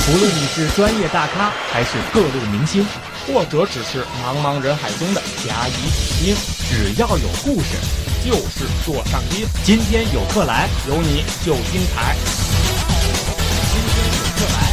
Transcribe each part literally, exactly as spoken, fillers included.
无论你是专业大咖还是各路明星， 或者只是茫茫人海中的甲乙丙丁， 只要有故事， 就是座上宾。 今天有客来， 有你就精彩。 今天有客来。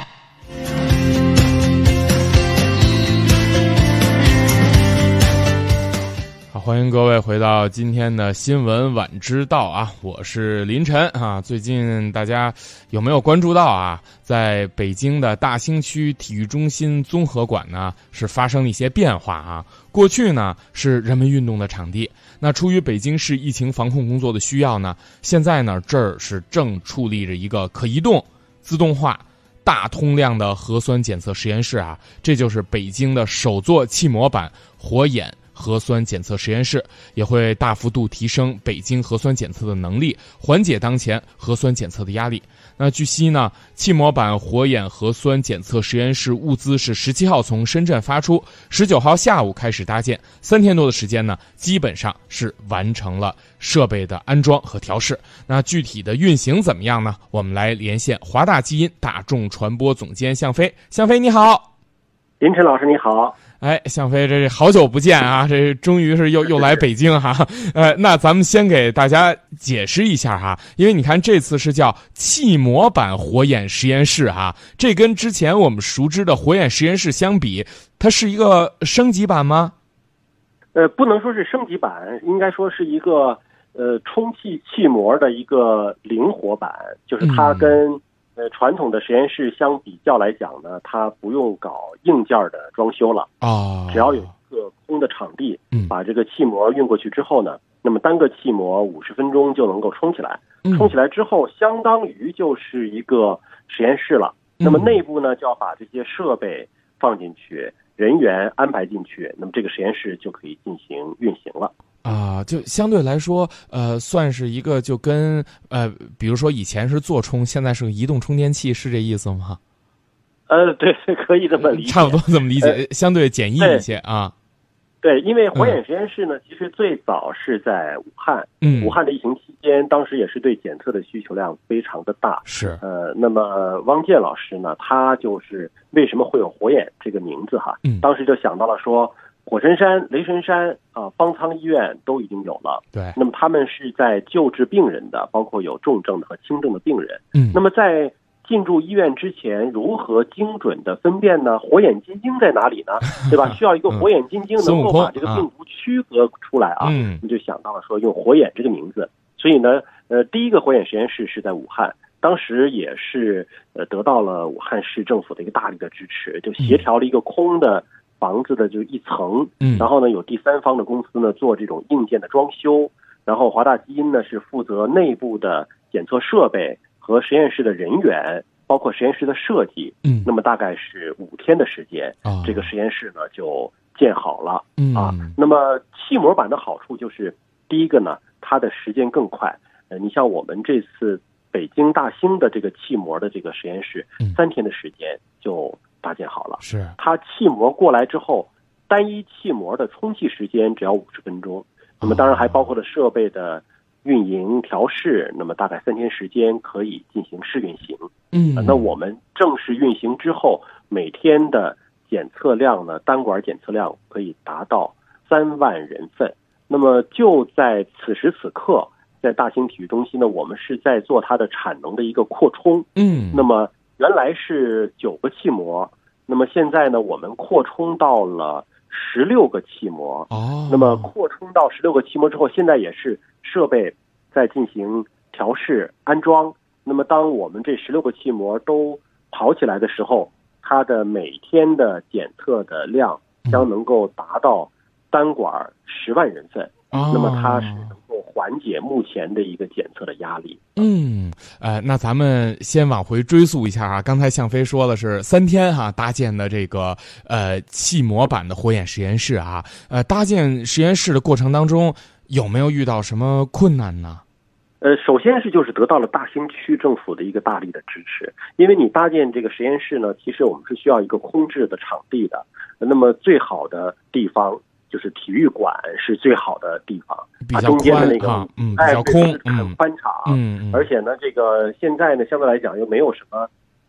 欢迎各位回到今天的新闻晚知道啊，我是林晨啊。最近大家有没有关注到啊，在北京的大兴区体育中心综合馆呢，是发生了一些变化啊。过去呢是人们运动的场地，那出于北京市疫情防控工作的需要呢，现在呢这儿是正矗立着一个可移动、自动化、大通量的核酸检测实验室啊，这就是北京的首座气模板火眼核酸检测实验室，也会大幅度提升北京核酸检测的能力，缓解当前核酸检测的压力。那据悉呢，气模板火眼核酸检测实验室物资是十七号从深圳发出，十九号下午开始搭建，三天多的时间呢，基本上是完成了设备的安装和调试。那具体的运行怎么样呢？我们来连线华大基因大众传播总监向飞。向飞你好。 林晨老师你好。 哎，向飞，这是好久不见啊！这终于是又又来北京哈。呃，那咱们先给大家解释一下哈，因为你看这次是叫气模板火眼实验室哈，这跟之前我们熟知的火眼实验室相比，它是一个升级版吗？ 呃，不能说是升级版，应该说是一个呃充气气模的一个灵活版，就是它跟、嗯呃，传统的实验室相比较来讲呢，它不用搞硬件的装修了啊，只要有一个空的场地，嗯，把这个气模运过去之后呢，那么单个气模五十分钟就能够充起来，充起来之后，相当于就是一个实验室了。那么内部呢，就要把这些设备放进去，人员安排进去，那么这个实验室就可以进行运行了。 啊，就相对来说，呃，算是一个就跟呃，比如说以前是座充，现在是个移动充电器，是这意思吗？ 呃，对，可以这么理解， 差不多这么理解，呃、相对简易一些啊。 对，因为火眼实验室呢，嗯、其实最早是在武汉，嗯，武汉的疫情期间，当时也是对检测的需求量非常的大， 是。 呃，那么汪建老师呢，他就是为什么会有火眼这个名字哈？嗯，当时就想到了说。火神山、雷神山啊、呃，方舱医院都已经有了。 对， 那么他们是在救治病人的，包括有重症的和轻症的病人。嗯，那么在进入医院之前，如何精准的分辨呢？火眼金睛在哪里呢？对吧？需要一个火眼金睛能够把这个病毒区隔出来啊。嗯，你就想到了说用火眼这个名字。所以呢，呃，第一个火眼实验室是在武汉，当时也是呃得到了武汉市政府的一个大力的支持，就协调了一个空的。房子的就一层，嗯，然后呢有第三方的公司呢做这种硬件的装修，然后华大基因呢是负责内部的检测设备和实验室的人员，包括实验室的设计，嗯，那么大概是五天的时间，啊，这个实验室呢就建好了，嗯啊，那么气模板的好处就是第一个呢，它的时间更快，呃，你像我们这次北京大兴的这个气模的这个实验室，嗯，三天的时间就。搭建好了， 是它气模过来之后，单一气模的充气时间只要五十分钟，那么当然还包括了设备的运营调试，那么大概三天时间可以进行试运行。嗯，那我们正式运行之后，每天的检测量呢，单管检测量可以达到三万人份。那么就在此时此刻，在大兴体育中心呢，我们是在做它的产能的一个扩充。嗯，那么。原来是九个气模，那么现在呢，我们扩充到了十六个气模。哦，那么扩充到十六个气模之后，现在也是设备在进行调试安装。那么当我们这十六个气模都跑起来的时候，它的每天的检测的量将能够达到单管十万人份。哦，那么它是能够缓解目前的一个检测的压力。 嗯，呃，那咱们先往回追溯一下啊，刚才向飞说的是三天哈、啊、搭建的这个呃气模板的火眼实验室啊，呃，搭建实验室的过程当中有没有遇到什么困难呢？ 呃，首先是就是得到了大兴区政府的一个大力的支持，因为你搭建这个实验室呢，其实我们是需要一个空置的场地的，那么最好的地方。就是体育馆是最好的地方，它中间的那个嗯哎比较空， 很宽敞， 嗯， 而且呢，这个现在呢相对来讲又没有什么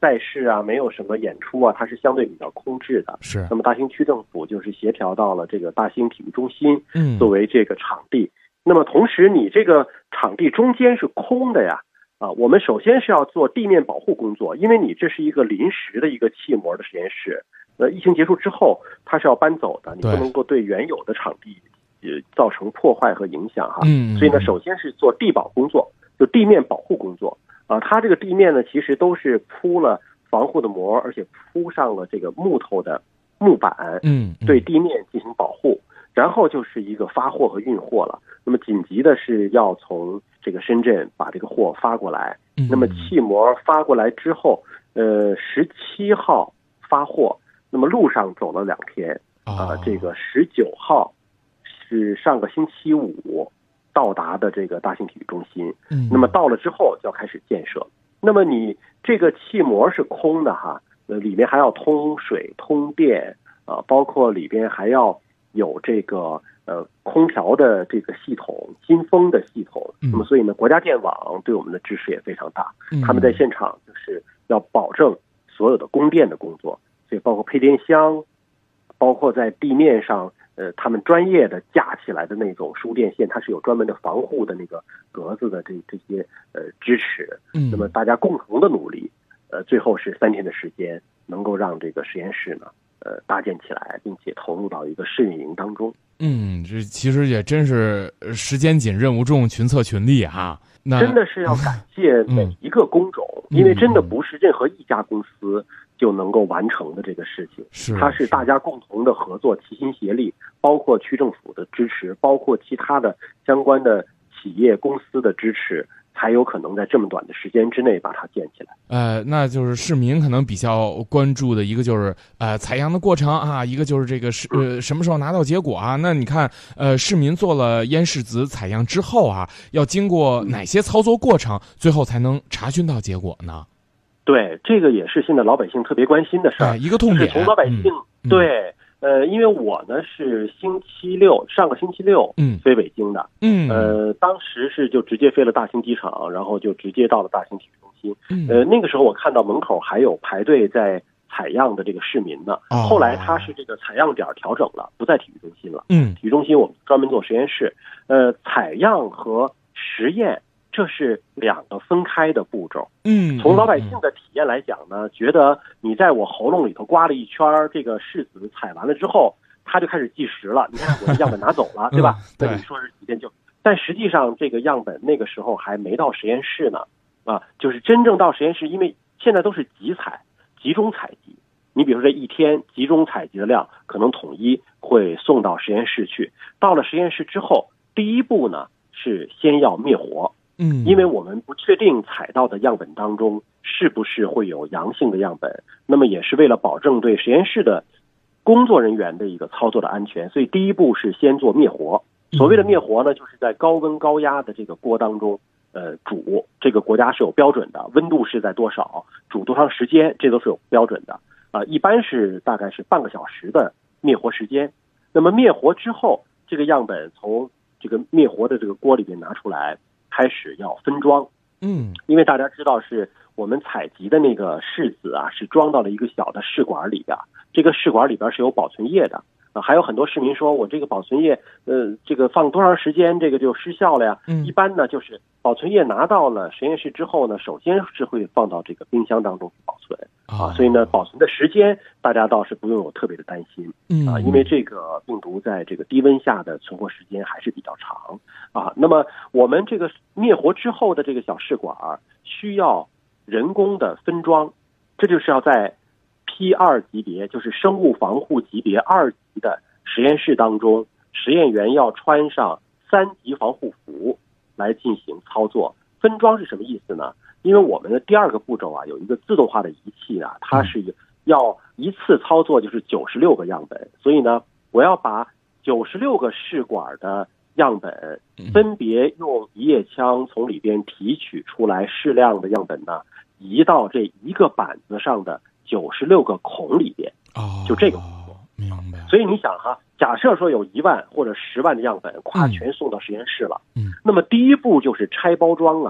赛事啊，没有什么演出啊，它是相对比较空置的。 是。 那么大兴区政府就是协调到了这个大兴体育中心， 嗯， 作为这个场地。那么同时，你这个场地中间是空的呀，啊，我们首先是要做地面保护工作，因为你这是一个临时的一个气膜的实验室。呃，疫情结束之后，它是要搬走的，你不能够对原有的场地呃造成破坏和影响哈。 嗯， 所以呢，首先是做地保工作，就地面保护工作啊。它这个地面呢，其实都是铺了防护的膜，而且铺上了这个木头的木板， 嗯， 对地面进行保护。然后就是一个发货和运货了。那么紧急的是要从这个深圳把这个货发过来。那么气膜发过来之后，呃，十七号发货。那么路上走了两天啊、呃，这个十九号是上个星期五到达的这个大兴体育中心。嗯，那么到了之后就要开始建设。那么你这个气膜是空的哈，呃，里面还要通水、通电啊、呃，包括里边还要有这个呃空调的这个系统、新风的系统。那么所以呢，国家电网对我们的支持也非常大。他们在现场就是要保证所有的供电的工作。所以包括配电箱，包括在地面上，呃，他们专业的架起来的那种输电线，它是有专门的防护的那个格子的这这些呃支持。嗯，那么大家共同的努力，呃，最后是三天的时间，能够让这个实验室呢，呃，搭建起来，并且投入到一个试运营当中。 嗯，这其实也真是时间紧、任务重、群策群力哈。那真的是要感谢每一个工种，嗯、因为真的不是任何一家公司就能够完成的这个事情， 是它是大家共同的合作，齐心协力，包括区政府的支持，包括其他的相关的企业公司的支持，才有可能在这么短的时间之内把它建起来。 呃，那就是市民可能比较关注的一个就是呃采样的过程啊，一个就是这个是呃什么时候拿到结果啊？那你看呃市民做了咽拭子采样之后啊，要经过哪些操作过程，最后才能查询到结果呢？ 对，这个也是现在老百姓特别关心的事儿、 哎，一个痛点。 从老百姓、嗯、对。呃，因为我呢是星期六，上个星期六，嗯，飞北京的，嗯，呃，当时是就直接飞了大兴机场，然后就直接到了大兴体育中心，嗯，呃，那个时候我看到门口还有排队在采样的这个市民呢，哦、后来他是这个采样点调整了，不在体育中心了，嗯，体育中心我们专门做实验室，呃，采样和实验。这是两个分开的步骤。嗯，从老百姓的体验来讲呢，觉得你在我喉咙里头刮了一圈，这个拭子采完了之后，他就开始计时了。你看我的样本拿走了，对吧？那、嗯、你说是几天就？但实际上这个样本那个时候还没到实验室呢，啊，就是真正到实验室，因为现在都是集采、集中采集。你比如说这一天集中采集的量，可能统一会送到实验室去。到了实验室之后，第一步呢是先要灭活。嗯，因为我们不确定采到的样本当中是不是会有阳性的样本，那么也是为了保证对实验室的工作人员的一个操作的安全，所以第一步是先做灭活。所谓的灭活呢，就是在高温高压的这个锅当中，呃，煮，这个国家是有标准的，温度是在多少，煮多长时间，这都是有标准的。啊、呃，一般是大概是半个小时的灭活时间。那么灭活之后，这个样本从这个灭活的这个锅里面拿出来。开始要分装，嗯，因为大家知道是我们采集的那个拭子啊，是装到了一个小的试管里的，这个试管里边是有保存液的啊。还有很多市民说我这个保存液，呃，这个放多长时间这个就失效了呀？嗯，一般呢就是保存液拿到了实验室之后呢，首先是会放到这个冰箱当中去保存啊，所以呢保存的时间大家倒是不用有特别的担心，嗯啊，因为这个病毒在这个低温下的存活时间还是比较长。啊，那么我们这个灭活之后的这个小试管需要人工的分装，这就是要在 P 二 级别，就是生物防护级别二级的实验室当中，实验员要穿上三级防护服来进行操作。分装是什么意思呢？因为我们的第二个步骤啊，有一个自动化的仪器啊，它是要一次操作就是九十六个样本，所以呢，我要把九十六个试管的样本分别用移液枪从里边提取出来适量的样本呢，移到这一个板子上的九十六个孔里边。哦，就这个。 明白。 所以你想哈，假设说有一万或者十万的样本，咵全送到实验室了。嗯。那么第一步就是拆包装啊。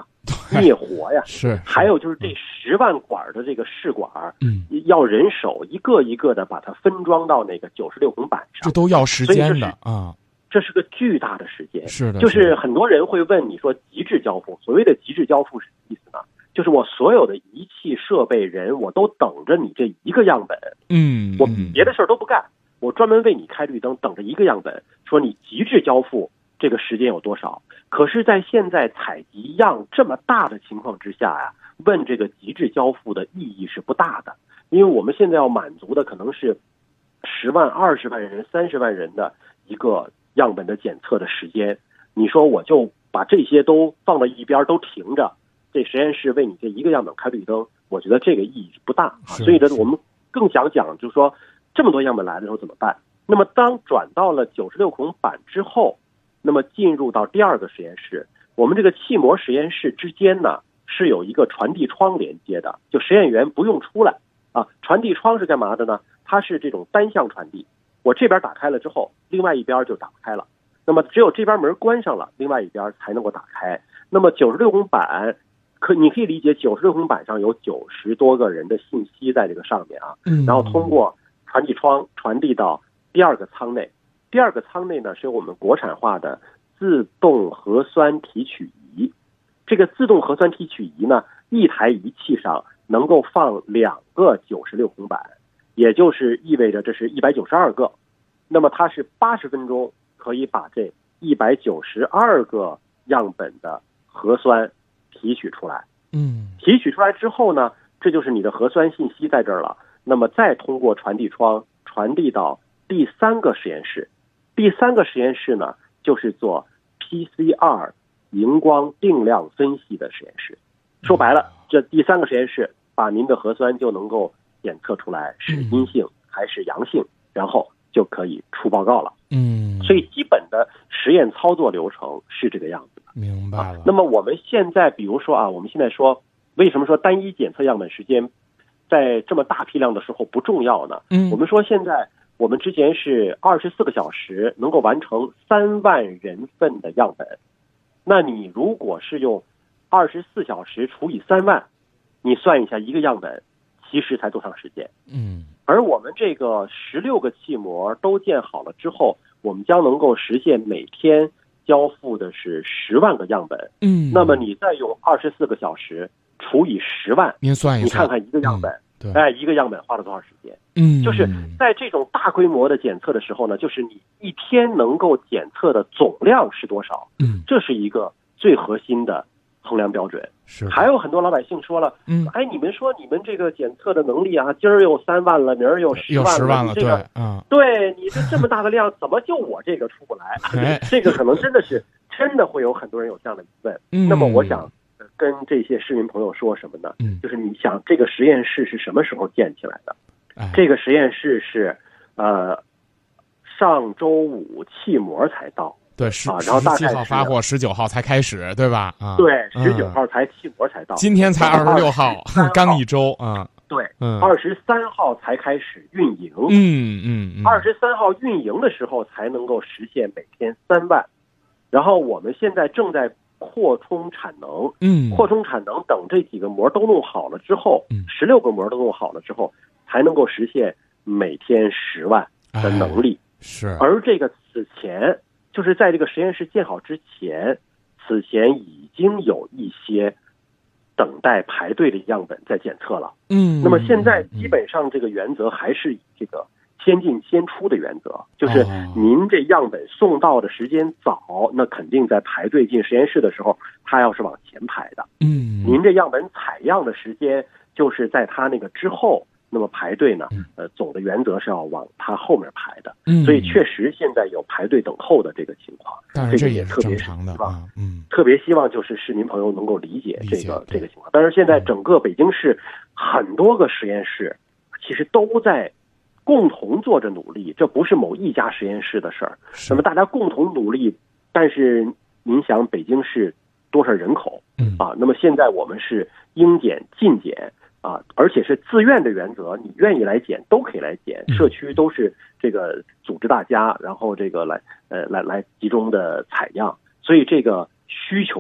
灭活呀。 是。 还有就是这十万管的这个试管， 嗯， 要人手一个一个的把它分装到那个九十六孔板上， 这都要时间的啊。 这是个巨大的时间。 是的。 就是很多人会问你说极致交付，所谓的极致交付是什么意思呢？就是我所有的仪器设备人，我都等着你这一个样本。 嗯， 我别的事儿都不干，我专门为你开绿灯，等着一个样本，说你极致交付这个时间有多少。可是在现在采集样这么大的情况之下呀、啊，问这个极致交付的意义是不大的，因为我们现在要满足的可能是十万、二十万人、三十万人的一个样本的检测的时间。你说我就把这些都放到一边，都停着，这实验室为你这一个样本开绿灯，我觉得这个意义不大。所以呢，我们更想讲就是说，这么多样本来的时候怎么办？那么当转到了九十六孔板之后，那么进入到第二个实验室，我们这个气膜实验室之间呢是有一个传递窗连接的，就实验员不用出来啊。传递窗是干嘛的呢？它是这种单向传递，我这边打开了之后，另外一边就打不开了。那么只有这边门关上了，另外一边才能够打开。那么九十六孔板，可你可以理解，九十六孔板上有九十多个人的信息在这个上面啊，然后通过传递窗传递到第二个舱内。第二个舱内呢是由我们国产化的自动核酸提取仪。这个自动核酸提取仪呢，一台仪器上能够放两个九十六孔板，也就是意味着这是一百九十二个。那么它是八十分钟可以把这一百九十二个样本的核酸提取出来。 嗯， 提取出来之后呢，这就是你的核酸信息在这儿了。那么再通过传递窗传递到第三个实验室。第三个实验室呢，就是做 P C R 荧光定量分析的实验室。说白了，这第三个实验室把您的核酸就能够检测出来是阴性还是阳性，然后就可以出报告了。 嗯， 所以基本的实验操作流程是这个样子的。 明白了。 啊、那么我们现在比如说啊，我们现在说为什么说单一检测样本时间在这么大批量的时候不重要呢？ 嗯， 我们说现在我们之前是二十四个小时能够完成三万人份的样本，那你如果是用二十四小时除以三万，你算一下一个样本其实才多长时间？ 嗯， 而我们这个十六个气膜都建好了之后，我们将能够实现每天交付的是十万个样本。 嗯， 那么你再用二十四个小时除以十万， 您算一算， 你看看一个样本， 嗯、 哎，一个样本花了多少时间？ 嗯， 就是在这种大规模的检测的时候呢，就是你一天能够检测的总量是多少？ 嗯， 这是一个最核心的衡量标准。 是， 还有很多老百姓说了， 嗯， 哎，你们说你们这个检测的能力啊，今儿又三万了，明儿又十万了， 又十万了， 这个、 对，嗯， 对你这这么大的量，怎么就我这个出不来？ 哎、 这个可能真的是真的会有很多人有这样的疑问。 嗯、 那么我想跟这些市民朋友说什么呢？ 嗯， 就是你想这个实验室是什么时候建起来的？ 哎、 这个实验室是呃上周五气膜才到。 对，十啊，然后大概十七号发货，十九号才开始，对吧？啊， 对，十九号才气膜才到， 今天才二十六号，刚一周啊。 对， 嗯， 二十三号才开始运营， 嗯嗯， 二十三号运营的时候才能够实现每天三万，然后我们现在正在扩充产能， 嗯， 扩充产能，等这几个膜都弄好了之后， 嗯， 十六个膜都弄好了之后，才能够实现每天十万的能力。 哎、是， 而这个此前。就是在这个实验室建好之前，此前已经有一些等待排队的样本在检测了。 嗯， 那么现在基本上这个原则还是以这个先进先出的原则，就是您这样本送到的时间早，那肯定在排队进实验室的时候，它要是往前排的。 嗯， 您这样本采样的时间就是在它那个之后。那么排队呢？呃，总的原则是要往它后面排的， 嗯， 所以确实现在有排队等候的这个情况， 但是这也是正常的啊， 嗯， 特别希望就是市民朋友能够理解这个这个情况。但是现在整个北京市很多个实验室其实都在共同做着努力，这不是某一家实验室的事儿。那么大家共同努力，但是您想北京市多少人口？ 嗯啊，那么现在我们是应检尽检。啊，而且是自愿的原则，你愿意来检都可以来检，社区都是这个组织大家，然后这个来呃来来集中的采样，所以这个需求量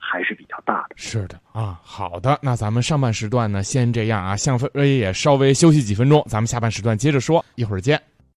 还是比较大的。 是的啊，好的，那咱们上半时段呢先这样啊，向飞也稍微休息几分钟，咱们下半时段接着说，一会儿见。